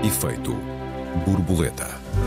Efeito borboleta.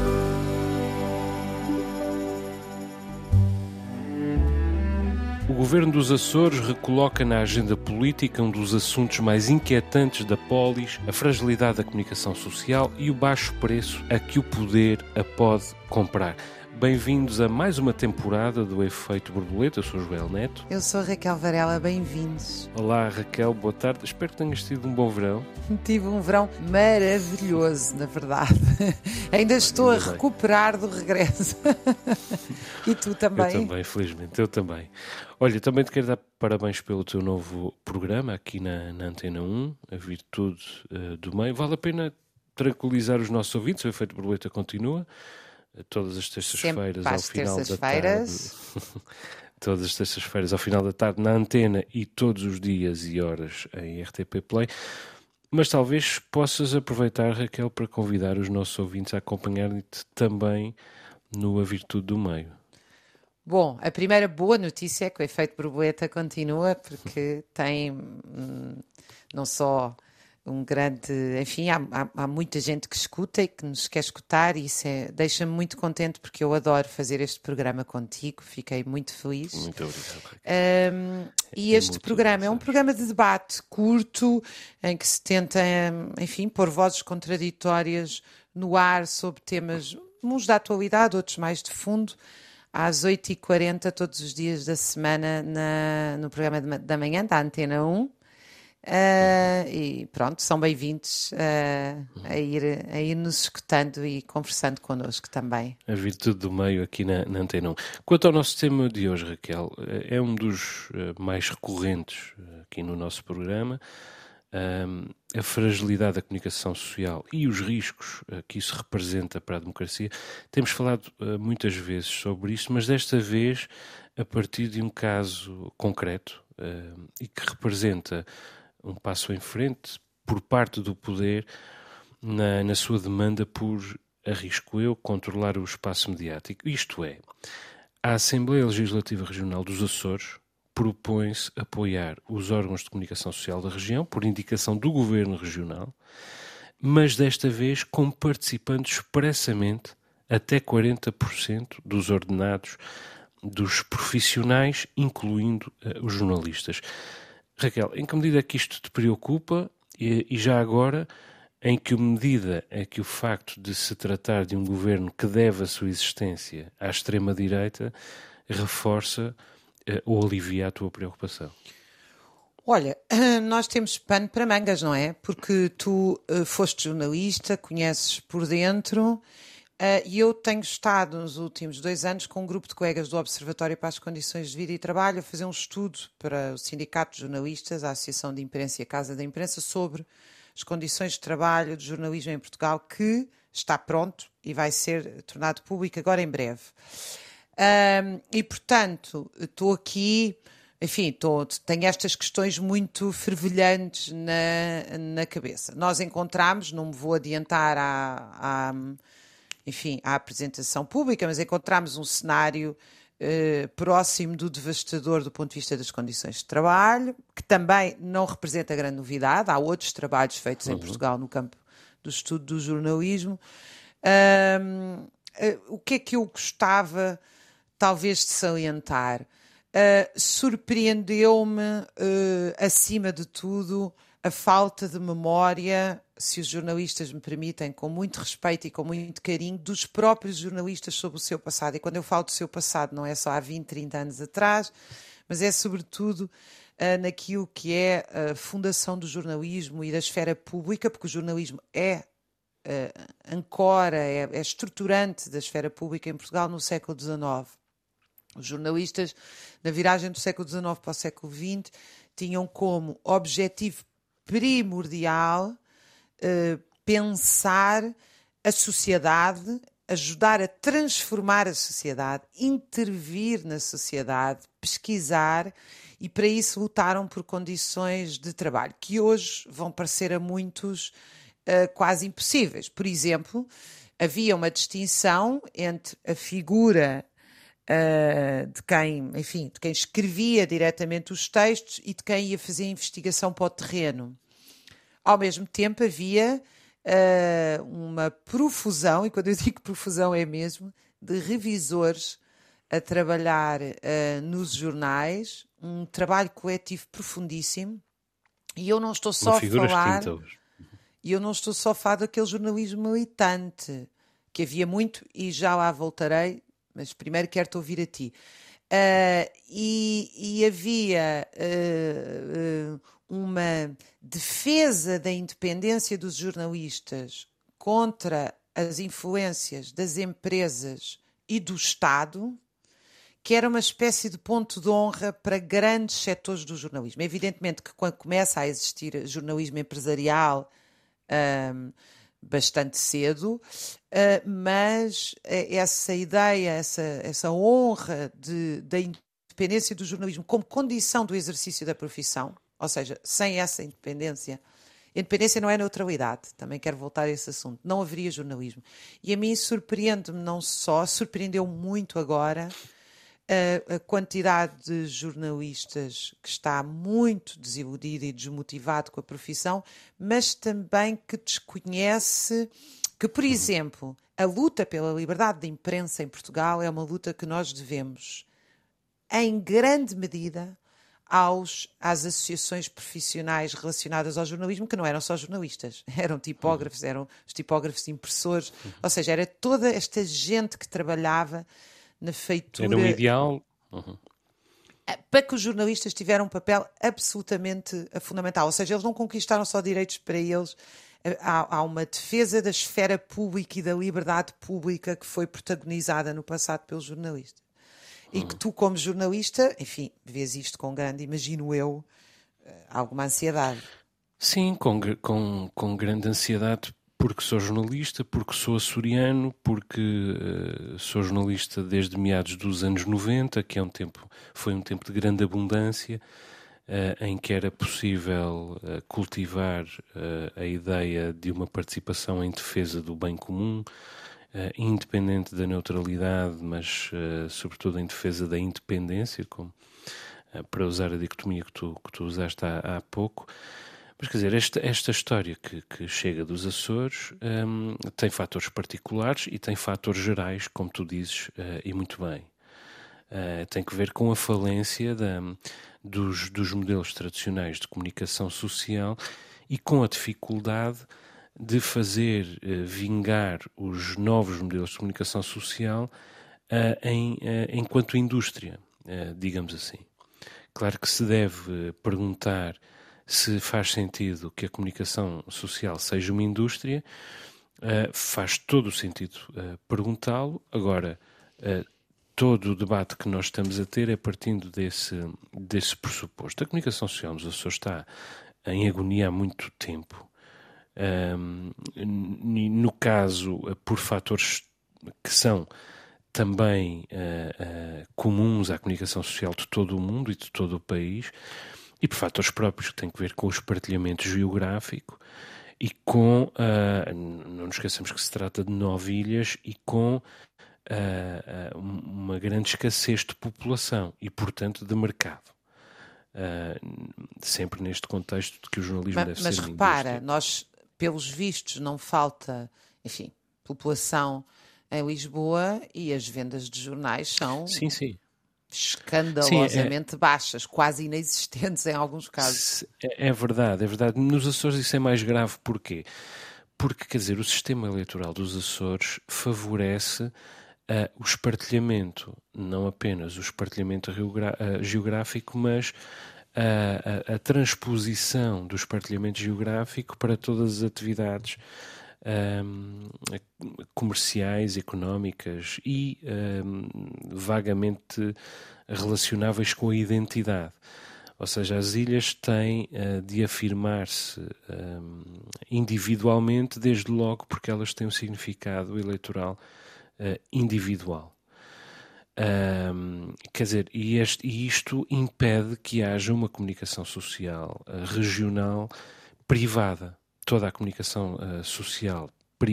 O governo dos Açores recoloca na agenda política um dos assuntos mais inquietantes da polis, a fragilidade da comunicação social e o baixo preço a que o poder a pode comprar. Bem-vindos a mais uma temporada do Efeito Borboleta. Eu sou Joel Neto. Eu sou Raquel Varela, bem-vindos. Olá Raquel, boa tarde. Espero que tenhas tido um bom verão. Tive um verão maravilhoso, na verdade. Ainda estou a recuperar do regresso. E tu também? Eu também, felizmente, eu também. Olha, também te quero dar parabéns pelo teu novo programa aqui na Antena 1, A Virtude do Meio. Vale a pena tranquilizar os nossos ouvintes, o Efeito Borboleta continua. Todas as terças-feiras ao final da tarde. Todas as terças-feiras ao final da tarde na Antena e todos os dias e horas em RTP Play. Mas talvez possas aproveitar, Raquel, para convidar os nossos ouvintes a acompanhar-te também no A Virtude do Meio. Bom, a primeira boa notícia é que o Efeito Borboleta continua, porque tem não só um grande... Enfim, há muita gente que escuta e que nos quer escutar, e isso deixa-me muito contente, porque eu adoro fazer este programa contigo, fiquei muito feliz. Muito obrigado, Raquel. E este programa é um programa de debate curto, em que se tenta, enfim, pôr vozes contraditórias no ar sobre temas, uns da atualidade, outros mais de fundo, às 8h40 todos os dias da semana no programa da manhã da Antena 1. E pronto, são bem-vindos a ir nos escutando e conversando connosco também. A Virtude do Meio aqui na Antena 1. Quanto ao nosso tema de hoje, Raquel, é um dos mais recorrentes aqui no nosso programa, a fragilidade da comunicação social e os riscos que isso representa para a democracia. Temos falado muitas vezes sobre isso, mas desta vez a partir de um caso concreto e que representa um passo em frente por parte do poder na sua demanda por, arrisco eu, controlar o espaço mediático. Isto é, a Assembleia Legislativa Regional dos Açores propõe-se apoiar os órgãos de comunicação social da região por indicação do Governo Regional, mas desta vez participando expressamente até 40% dos ordenados dos profissionais, incluindo os jornalistas. Raquel, em que medida é que isto te preocupa e já agora, em que medida é que o facto de se tratar de um governo que deve a sua existência à extrema-direita reforça ou alivia a tua preocupação? Olha, nós temos pano para mangas, não é? Porque tu foste jornalista, conheces por dentro, e eu tenho estado nos últimos 2 anos com um grupo de colegas do Observatório para as Condições de Vida e Trabalho a fazer um estudo para o Sindicato de Jornalistas, a Associação de Imprensa e a Casa da Imprensa, sobre as condições de trabalho do jornalismo em Portugal, que está pronto e vai ser tornado público agora em breve. E, portanto, estou aqui, enfim, tenho estas questões muito fervilhantes na cabeça. Nós encontramos, não me vou adiantar à apresentação pública, mas encontramos um cenário próximo do devastador do ponto de vista das condições de trabalho, que também não representa grande novidade. Há outros trabalhos feitos em Portugal no campo do estudo do jornalismo. O que é que eu gostava talvez de salientar? Surpreendeu-me, acima de tudo, a falta de memória, se os jornalistas me permitem, com muito respeito e com muito carinho, dos próprios jornalistas sobre o seu passado. E quando eu falo do seu passado, não é só há 20, 30 anos atrás, mas é sobretudo naquilo que é a fundação do jornalismo e da esfera pública, porque o jornalismo é ancora, é estruturante da esfera pública em Portugal no século XIX. Os jornalistas, na viragem do século XIX para o século XX, tinham como objetivo primordial pensar a sociedade, ajudar a transformar a sociedade, intervir na sociedade, pesquisar, e para isso lutaram por condições de trabalho que hoje vão parecer a muitos quase impossíveis. Por exemplo, havia uma distinção entre a figura de quem escrevia diretamente os textos e de quem ia fazer a investigação para o terreno. Ao mesmo tempo havia uma profusão, e quando eu digo profusão é mesmo, de revisores a trabalhar nos jornais, um trabalho coletivo profundíssimo, e eu não estou só Uma a figura falar, extinta hoje. e eu não estou só a falar daquele jornalismo militante, que havia muito, e já lá voltarei, mas primeiro quero-te ouvir a ti. E havia uma defesa da independência dos jornalistas contra as influências das empresas e do Estado, que era uma espécie de ponto de honra para grandes setores do jornalismo. Evidentemente que quando começa a existir jornalismo empresarial bastante cedo, mas essa ideia, essa honra da independência do jornalismo como condição do exercício da profissão, ou seja, sem essa independência não é neutralidade, também quero voltar a esse assunto, não haveria jornalismo. E a mim surpreende-me não só, surpreendeu muito agora a quantidade de jornalistas que está muito desiludido e desmotivado com a profissão, mas também que desconhece que, por exemplo, a luta pela liberdade de imprensa em Portugal é uma luta que nós devemos, em grande medida, às associações profissionais relacionadas ao jornalismo, que não eram só jornalistas, eram tipógrafos, eram os tipógrafos impressores, ou seja, era toda esta gente que trabalhava na feitura. Era um ideal. Para que os jornalistas tiveram um papel absolutamente fundamental. Ou seja, eles não conquistaram só direitos para eles. Há uma defesa da esfera pública e da liberdade pública que foi protagonizada no passado pelos jornalistas. E que tu, como jornalista, enfim, vês isto com grande, imagino eu, alguma ansiedade. Sim, com grande ansiedade, porque sou jornalista, porque sou açoriano, porque sou jornalista desde meados dos anos 90, que foi um tempo de grande abundância, em que era possível cultivar a ideia de uma participação em defesa do bem comum, independente da neutralidade, mas sobretudo em defesa da independência, para usar a dicotomia que tu usaste há pouco. Mas quer dizer, esta história que chega dos Açores tem fatores particulares e tem fatores gerais, como tu dizes, e muito bem. Tem que ver com a falência dos modelos tradicionais de comunicação social e com a dificuldade de fazer vingar os novos modelos de comunicação social enquanto indústria, digamos assim. Claro que se deve perguntar se faz sentido que a comunicação social seja uma indústria, faz todo o sentido perguntá-lo. Agora, todo o debate que nós estamos a ter é partindo desse pressuposto. A comunicação social nos Açores está em agonia há muito tempo. No caso, por fatores que são também comuns à comunicação social de todo o mundo e de todo o país, e por fatores próprios que têm que ver com o espartilhamento geográfico e com, não nos esqueçamos que se trata de 9 ilhas e com uma grande escassez de população e, portanto, de mercado. Sempre neste contexto de que o jornalismo deve ser uma indústria. Mas repara, nós, pelos vistos, não falta, enfim, população em Lisboa e as vendas de jornais são escandalosamente baixas, quase inexistentes em alguns casos. É verdade, é verdade. Nos Açores isso é mais grave. Porquê? Porque, quer dizer, o sistema eleitoral dos Açores favorece o espartilhamento, não apenas o espartilhamento geográfico, mas a transposição do espartilhamento geográfico para todas as atividades comerciais, económicas e vagamente relacionáveis com a identidade. Ou seja, as ilhas têm de afirmar-se individualmente, desde logo porque elas têm um significado eleitoral individual. Quer dizer, e isto impede que haja uma comunicação social regional privada. Toda a comunicação social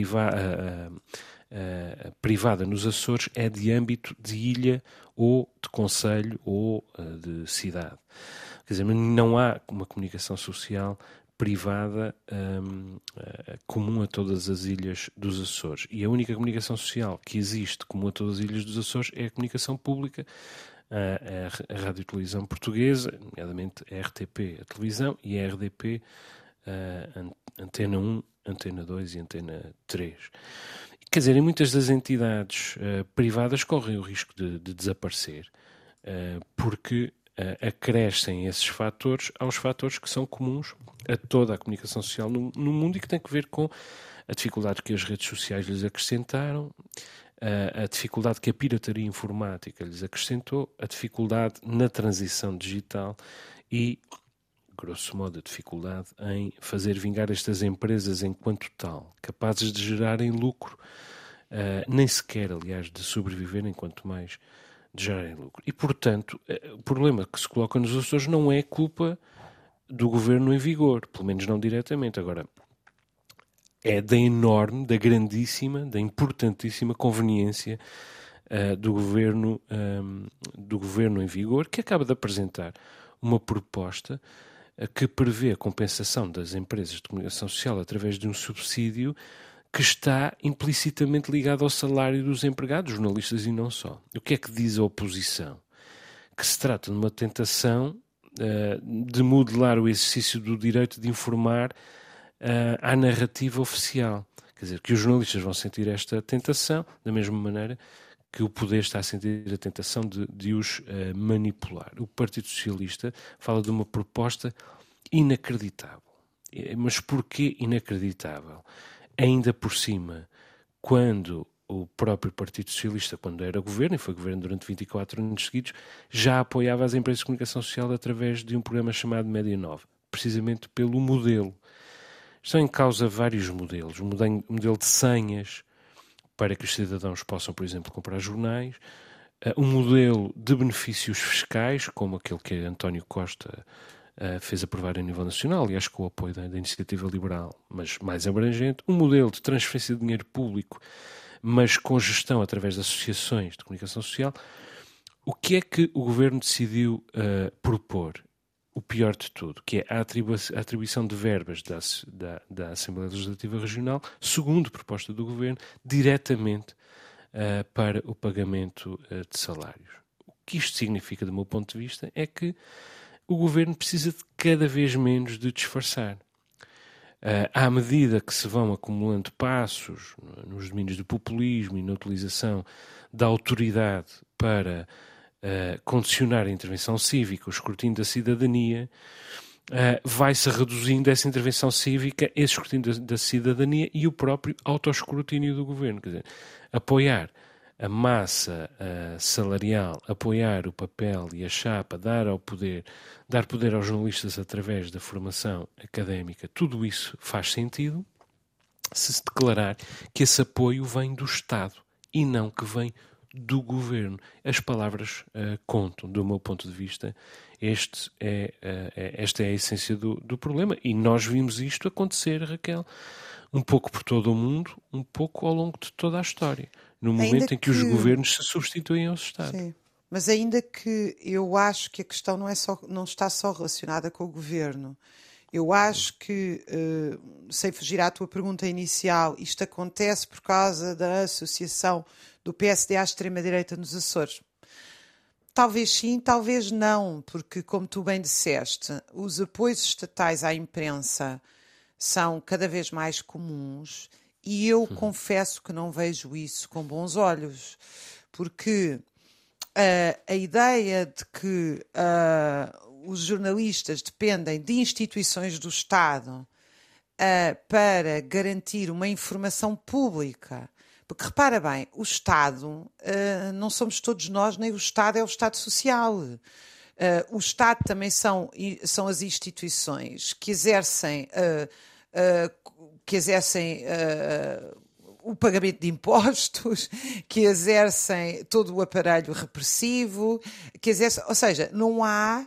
privada nos Açores é de âmbito de ilha ou de concelho ou de cidade. Quer dizer, não há uma comunicação social privada comum a todas as ilhas dos Açores. E a única comunicação social que existe comum a todas as ilhas dos Açores é a comunicação pública, a Rádio e Televisão Portuguesa, nomeadamente a RTP, a televisão, e a RDP, Antena 1, Antena 2 e Antena 3. Quer dizer, em muitas das entidades privadas correm o risco de desaparecer, porque acrescem esses fatores aos fatores que são comuns a toda a comunicação social no mundo e que têm a ver com a dificuldade que as redes sociais lhes acrescentaram, a dificuldade que a pirataria informática lhes acrescentou, a dificuldade na transição digital e, grosso modo, a dificuldade em fazer vingar estas empresas enquanto tal, capazes de gerarem lucro, nem sequer, aliás, de sobreviverem, quanto mais de gerarem lucro. E, portanto, o problema que se coloca nos Açores não é culpa do governo em vigor, pelo menos não diretamente. Agora, é da enorme, da grandíssima, da importantíssima conveniência do governo em vigor, que acaba de apresentar uma proposta que prevê a compensação das empresas de comunicação social através de um subsídio que está implicitamente ligado ao salário dos empregados, jornalistas e não só. O que é que diz a oposição? Que se trata de uma tentação de modelar o exercício do direito de informar à narrativa oficial. Quer dizer, que os jornalistas vão sentir esta tentação da mesma maneira que o poder está a sentir a tentação de os manipular. O Partido Socialista fala de uma proposta inacreditável. Mas porquê inacreditável? Ainda por cima, quando o próprio Partido Socialista, quando era governo, e foi governo durante 24 anos seguidos, já apoiava as empresas de comunicação social através de um programa chamado Média Nova, precisamente pelo modelo. Estão em causa vários modelos. O modelo de senhas, para que os cidadãos possam, por exemplo, comprar jornais, um modelo de benefícios fiscais, como aquele que António Costa fez aprovar a nível nacional, e acho que com o apoio da Iniciativa Liberal, mas mais abrangente, um modelo de transferência de dinheiro público, mas com gestão através de associações de comunicação social. O que é que o Governo decidiu propor? O pior de tudo, que é a atribuição de verbas da Assembleia Legislativa Regional, segundo proposta do Governo, diretamente para o pagamento de salários. O que isto significa, do meu ponto de vista, é que o Governo precisa de cada vez menos de disfarçar. À medida que se vão acumulando passos nos domínios do populismo e na utilização da autoridade para condicionar a intervenção cívica, o escrutínio da cidadania, vai-se reduzindo essa intervenção cívica, esse escrutínio da cidadania e o próprio autoescrutínio do Governo. Quer dizer, apoiar a massa salarial, apoiar o papel e a chapa, dar poder aos jornalistas através da formação académica, tudo isso faz sentido se declarar que esse apoio vem do Estado e não que vem do Governo. As palavras contam, do meu ponto de vista. Esta é a essência do problema. E nós vimos isto acontecer, Raquel, um pouco por todo o mundo, um pouco ao longo de toda a história. No momento em que os governos se substituem aos Estados. Sim. Mas ainda que eu acho que a questão não está só relacionada com o Governo. Eu acho que, sem fugir à tua pergunta inicial, isto acontece por causa da associação do PSD à extrema-direita nos Açores. Talvez sim, talvez não, porque, como tu bem disseste, os apoios estatais à imprensa são cada vez mais comuns e eu confesso que não vejo isso com bons olhos, porque a ideia de que os jornalistas dependem de instituições do Estado para garantir uma informação pública. Porque repara bem, o Estado não somos todos nós, nem o Estado é o Estado Social. O Estado também são as instituições que exercem o pagamento de impostos, que exercem todo o aparelho repressivo, ou seja, não há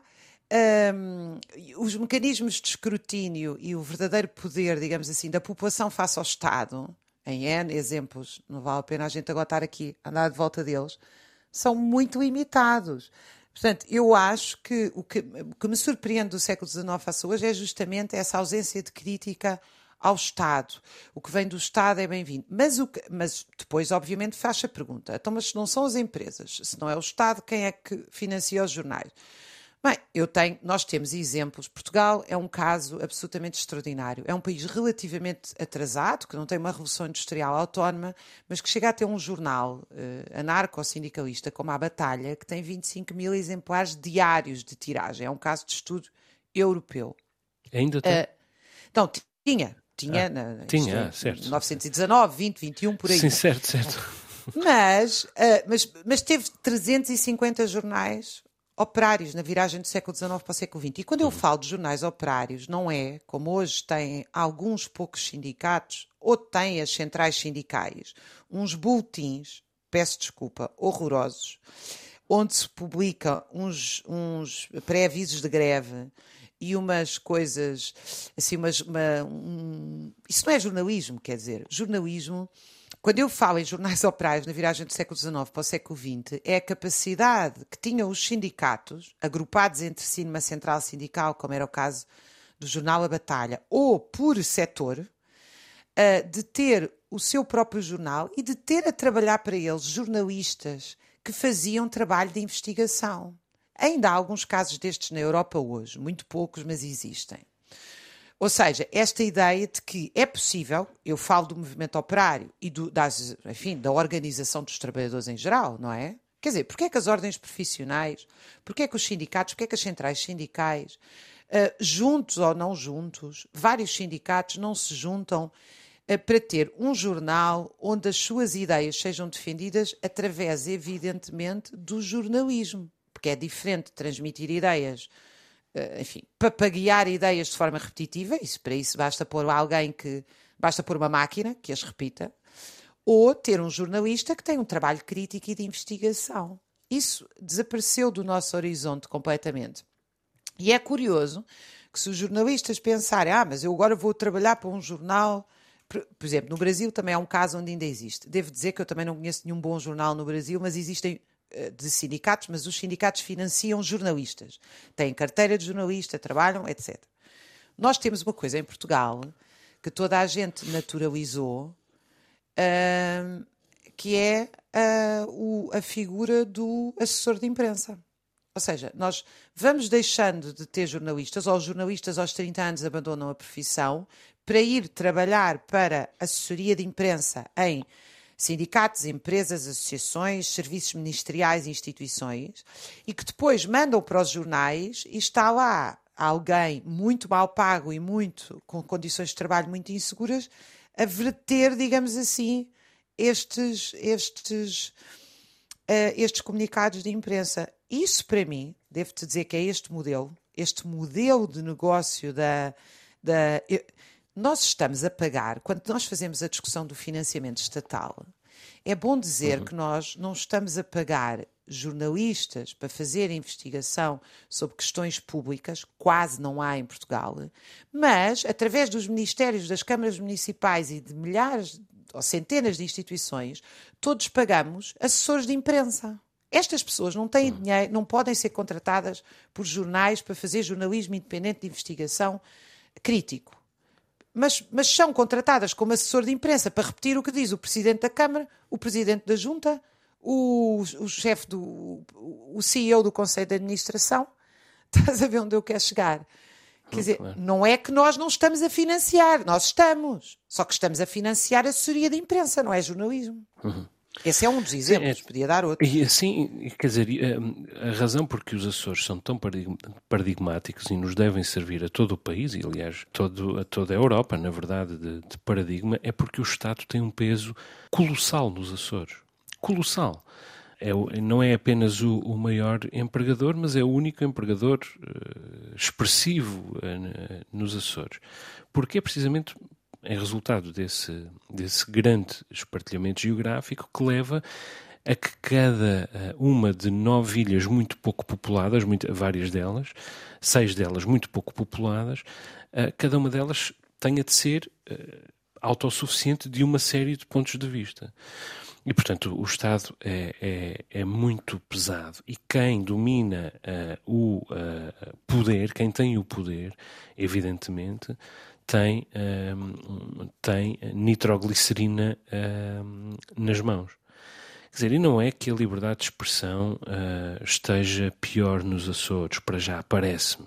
os mecanismos de escrutínio e o verdadeiro poder, digamos assim, da população face ao Estado, em N exemplos, não vale a pena a gente agora estar aqui a andar de volta deles, são muito limitados. Portanto, eu acho que o que me surpreende do século XIX face a hoje é justamente essa ausência de crítica ao Estado. O que vem do Estado é bem-vindo. Mas depois, obviamente, faz a pergunta. Então, mas se não são as empresas, se não é o Estado, quem é que financia os jornais? Bem, nós temos exemplos. Portugal é um caso absolutamente extraordinário. É um país relativamente atrasado, que não tem uma revolução industrial autónoma, mas que chega a ter um jornal anarco-sindicalista como a Batalha, que tem 25 mil exemplares diários de tiragem. É um caso de estudo europeu. Ainda tem? Não, tinha, certo. 1919, 20, 21, por aí. Sim, certo. Mas teve 350 jornais operários na viragem do século XIX para o século XX. E quando eu falo de jornais operários, não é, como hoje têm alguns poucos sindicatos, ou têm as centrais sindicais, uns boletins, peço desculpa, horrorosos, onde se publica uns pré-avisos de greve e umas coisas, assim, isso não é jornalismo, quer dizer, jornalismo, quando eu falo em jornais operários na viragem do século XIX para o século XX, é a capacidade que tinham os sindicatos, agrupados entre si numa central sindical, como era o caso do jornal A Batalha, ou por setor, de ter o seu próprio jornal e de ter a trabalhar para eles jornalistas que faziam trabalho de investigação. Ainda há alguns casos destes na Europa hoje, muito poucos, mas existem. Ou seja, esta ideia de que é possível, eu falo do movimento operário e da organização dos trabalhadores em geral, não é? Quer dizer, porque é que as ordens profissionais, porque é que os sindicatos, porque é que as centrais sindicais, juntos ou não juntos, vários sindicatos não se juntam para ter um jornal onde as suas ideias sejam defendidas através, evidentemente, do jornalismo. Porque é diferente transmitir ideias, papaguear ideias de forma repetitiva, para isso basta pôr uma máquina que as repita, ou ter um jornalista que tem um trabalho crítico e de investigação. Isso desapareceu do nosso horizonte completamente. E é curioso que se os jornalistas pensarem, mas eu agora vou trabalhar para um jornal, por exemplo, no Brasil também há um caso onde ainda existe. Devo dizer que eu também não conheço nenhum bom jornal no Brasil, mas existem de sindicatos, mas os sindicatos financiam jornalistas. Têm carteira de jornalista, trabalham, etc. Nós temos uma coisa em Portugal que toda a gente naturalizou, que é a figura do assessor de imprensa. Ou seja, nós vamos deixando de ter jornalistas, ou os jornalistas aos 30 anos abandonam a profissão para ir trabalhar para assessoria de imprensa em sindicatos, empresas, associações, serviços ministeriais e instituições, e que depois mandam para os jornais e está lá alguém muito mal pago e com condições de trabalho muito inseguras a verter, digamos assim, estes comunicados de imprensa. Isso, para mim, devo-te dizer que é este modelo de negócio nós estamos a pagar, quando nós fazemos a discussão do financiamento estatal, é bom dizer que nós não estamos a pagar jornalistas para fazer investigação sobre questões públicas, quase não há em Portugal, mas através dos ministérios, das câmaras municipais e de milhares ou centenas de instituições, todos pagamos assessores de imprensa. Estas pessoas não têm dinheiro, não podem ser contratadas por jornais para fazer jornalismo independente de investigação crítico. Mas são contratadas como assessor de imprensa para repetir o que diz o Presidente da Câmara, o Presidente da Junta, o chefe o CEO do Conselho de Administração. Estás a ver onde eu quero chegar? Quer dizer, não é que nós não estamos a financiar, nós estamos. Só que estamos a financiar a assessoria de imprensa, não é jornalismo. Esse é um dos exemplos, podia dar outro. E assim, quer dizer, a razão por que os Açores são tão paradigmáticos e nos devem servir a todo o país, e aliás a toda a Europa, na verdade, de paradigma, é porque o Estado tem um peso colossal nos Açores. Colossal. Não é apenas o maior empregador, mas é o único empregador expressivo nos Açores. Porque é precisamente é resultado desse grande espartilhamento geográfico que leva a que cada uma de 9 ilhas muito pouco populadas, várias delas, 6 delas muito pouco populadas, cada uma delas tenha de ser autossuficiente de uma série de pontos de vista. E, portanto, o Estado é muito pesado. E quem domina o poder, quem tem o poder, evidentemente, tem nitroglicerina nas mãos. Quer dizer, e não é que a liberdade de expressão esteja pior nos Açores, para já, parece-me.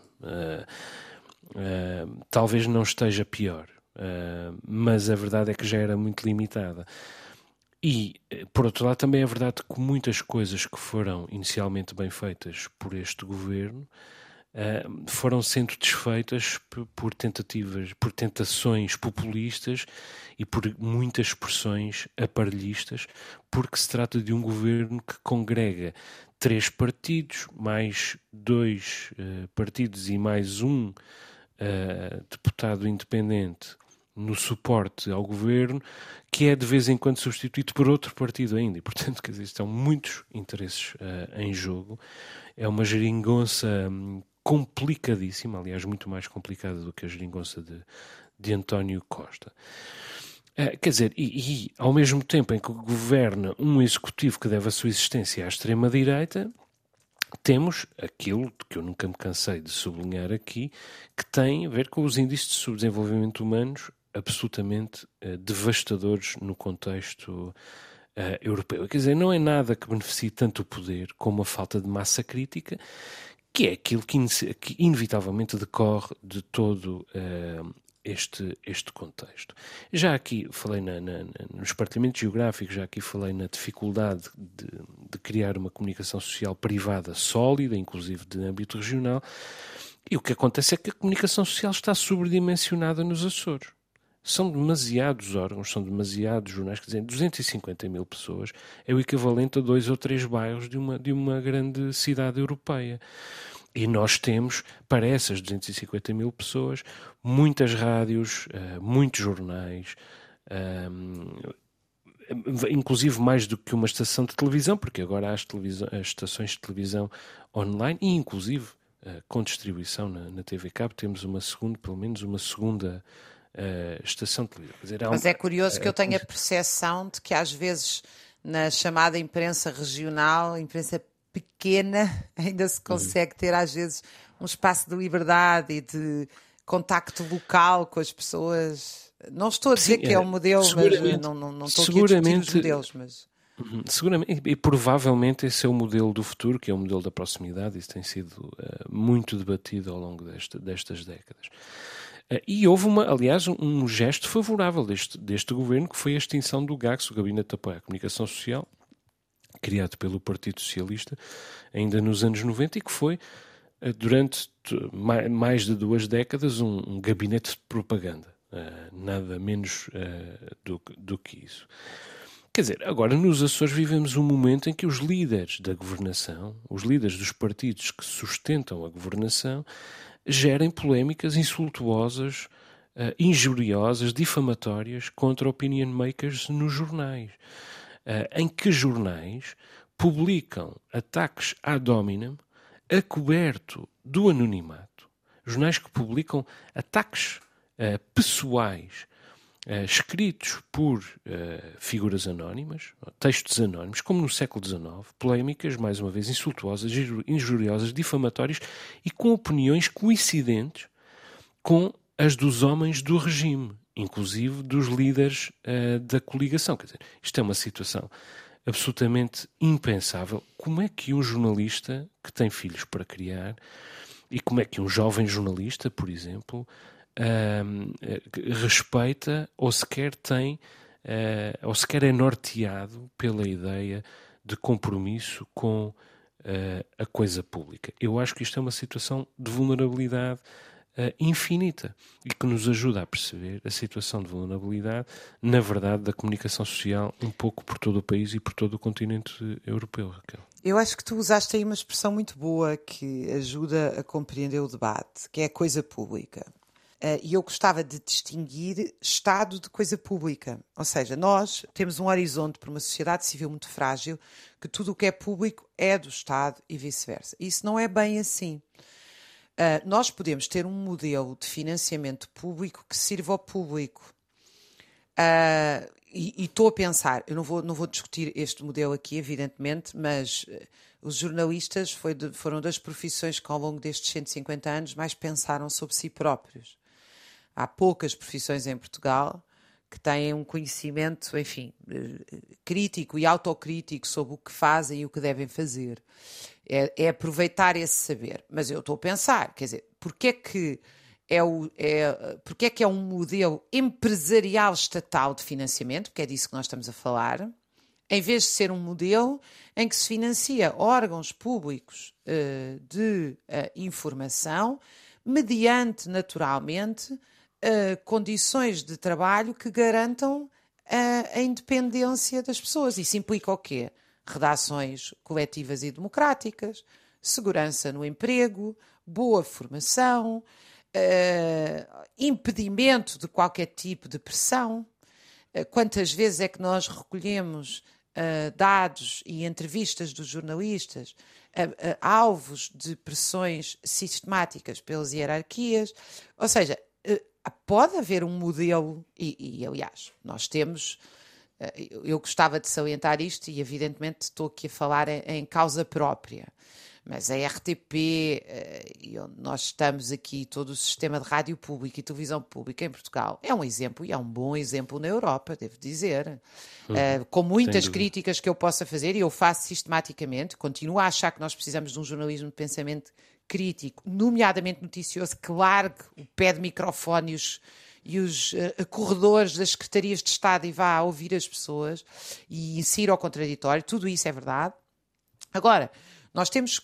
Talvez não esteja pior, mas a verdade é que já era muito limitada. E, por outro lado, também é verdade que muitas coisas que foram inicialmente bem feitas por este governo foram sendo desfeitas por tentativas, por tentações populistas e por muitas pressões aparelhistas, porque se trata de um governo que congrega 3 partidos, mais 2 partidos e mais um deputado independente no suporte ao governo, que é de vez em quando substituído por outro partido ainda. E, portanto, quer dizer, estão muitos interesses em jogo. É uma geringonça complicadíssima, aliás, muito mais complicada do que a geringonça de António Costa. Quer dizer, e ao mesmo tempo em que governa um executivo que deve a sua existência à extrema-direita, temos aquilo que eu nunca me cansei de sublinhar aqui, que tem a ver com os índices de subdesenvolvimento humanos absolutamente devastadores no contexto europeu. Quer dizer, não é nada que beneficie tanto o poder como a falta de massa crítica, que é aquilo que inevitavelmente decorre de todo este contexto. Já aqui falei nos partilhamentos geográficos, já aqui falei na dificuldade de criar uma comunicação social privada sólida, inclusive de âmbito regional, e o que acontece é que a comunicação social está sobredimensionada nos Açores. São demasiados órgãos, são demasiados jornais, quer dizer, 250 mil pessoas é o equivalente a 2 ou 3 bairros de uma grande cidade europeia. E nós temos, para essas 250 mil pessoas, muitas rádios, muitos jornais, inclusive mais do que uma estação de televisão, porque agora há as estações de televisão online e, inclusive, com distribuição na TV Cabo, temos pelo menos uma segunda estação de televisão. Quer dizer, mas é curioso que eu tenha a percepção de que às vezes na chamada imprensa regional, imprensa pequena, ainda se consegue ter às vezes um espaço de liberdade e de contacto local com as pessoas. Não estou a dizer que é um modelo, mas não estou aqui a discutir os modelos, mas... Seguramente, e provavelmente esse é o modelo do futuro, que é o modelo da proximidade. Isso tem sido muito debatido ao longo destas décadas. E houve, aliás, um gesto favorável deste governo, que foi a extinção do GACS, o Gabinete de Apoio à Comunicação Social, criado pelo Partido Socialista ainda nos anos 90 e que foi, durante mais de 2 décadas, um gabinete de propaganda. Nada menos do que isso. Quer dizer, agora nos Açores vivemos um momento em que os líderes da governação, os líderes dos partidos que sustentam a governação, gerem polémicas insultuosas, injuriosas, difamatórias contra opinion makers nos jornais. Em que jornais publicam ataques ad hominem a coberto do anonimato. Jornais que publicam ataques pessoais escritos por figuras anónimas, textos anónimos, como no século XIX, polémicas, mais uma vez, insultuosas, injuriosas, difamatórias e com opiniões coincidentes com as dos homens do regime, inclusive dos líderes da coligação. Quer dizer, isto é uma situação absolutamente impensável. Como é que um jornalista que tem filhos para criar e como é que um jovem jornalista, por exemplo, respeita ou sequer é norteado pela ideia de compromisso com a coisa pública? Eu acho que isto é uma situação de vulnerabilidade infinita e que nos ajuda a perceber a situação de vulnerabilidade, na verdade, da comunicação social um pouco por todo o país e por todo o continente europeu, Raquel. Eu acho que tu usaste aí uma expressão muito boa que ajuda a compreender o debate, que é a coisa pública. E eu gostava de distinguir Estado de coisa pública. Ou seja, nós temos um horizonte para uma sociedade civil muito frágil, que tudo o que é público é do Estado e vice-versa. Isso não é bem assim. Nós podemos ter um modelo de financiamento público que sirva ao público. E estou a pensar, eu não vou discutir este modelo aqui, evidentemente, mas os jornalistas foram das profissões que ao longo destes 150 anos mais pensaram sobre si próprios. Há poucas profissões em Portugal que têm um conhecimento, enfim, crítico e autocrítico sobre o que fazem e o que devem fazer. É aproveitar esse saber. Mas eu estou a pensar, quer dizer, porque é que é um modelo empresarial estatal de financiamento, porque é disso que nós estamos a falar, em vez de ser um modelo em que se financia órgãos públicos de informação, mediante, naturalmente, condições de trabalho que garantam a independência das pessoas. Isso implica o quê? Redações coletivas e democráticas, segurança no emprego, boa formação, impedimento de qualquer tipo de pressão. Quantas vezes é que nós recolhemos dados e entrevistas dos jornalistas alvos de pressões sistemáticas pelas hierarquias? Ou seja, pode haver um modelo, aliás, nós temos, eu gostava de salientar isto e evidentemente estou aqui a falar em causa própria, mas a RTP, e onde nós estamos aqui, todo o sistema de rádio pública e televisão pública em Portugal, é um exemplo e é um bom exemplo na Europa, devo dizer, com muitas críticas que eu possa fazer e eu faço sistematicamente, continuo a achar que nós precisamos de um jornalismo de pensamento crítico, nomeadamente noticioso, que largue o pé de microfone e os corredores das secretarias de Estado e vá a ouvir as pessoas e insira o contraditório, tudo isso é verdade. Agora, nós temos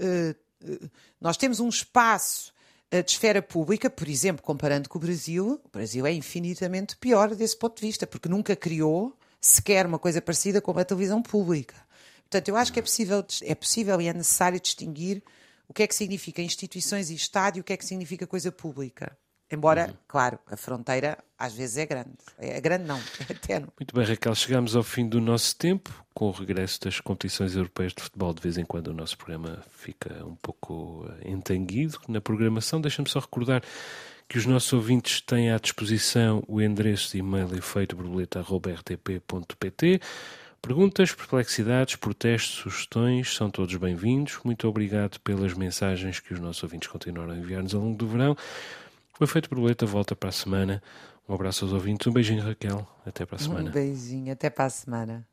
um espaço de esfera pública, por exemplo, comparando com o Brasil é infinitamente pior desse ponto de vista, porque nunca criou sequer uma coisa parecida com a televisão pública. Portanto, eu acho que é possível e é necessário distinguir o que é que significa instituições e Estado e o que é que significa coisa pública. Embora, claro, a fronteira às vezes é grande. É grande não, é tenue. Muito bem, Raquel, chegamos ao fim do nosso tempo. Com o regresso das competições europeias de futebol, de vez em quando o nosso programa fica um pouco entanguido na programação. Deixa-me só recordar que os nossos ouvintes têm à disposição o endereço de e-mail efeitoborboleta@rtp.pt. Perguntas, perplexidades, protestos, sugestões, são todos bem-vindos. Muito obrigado pelas mensagens que os nossos ouvintes continuaram a enviar-nos ao longo do verão. O Efeito Borboleta volta para a semana. Um abraço aos ouvintes, um beijinho, Raquel. Até para a semana. Um beijinho, até para a semana.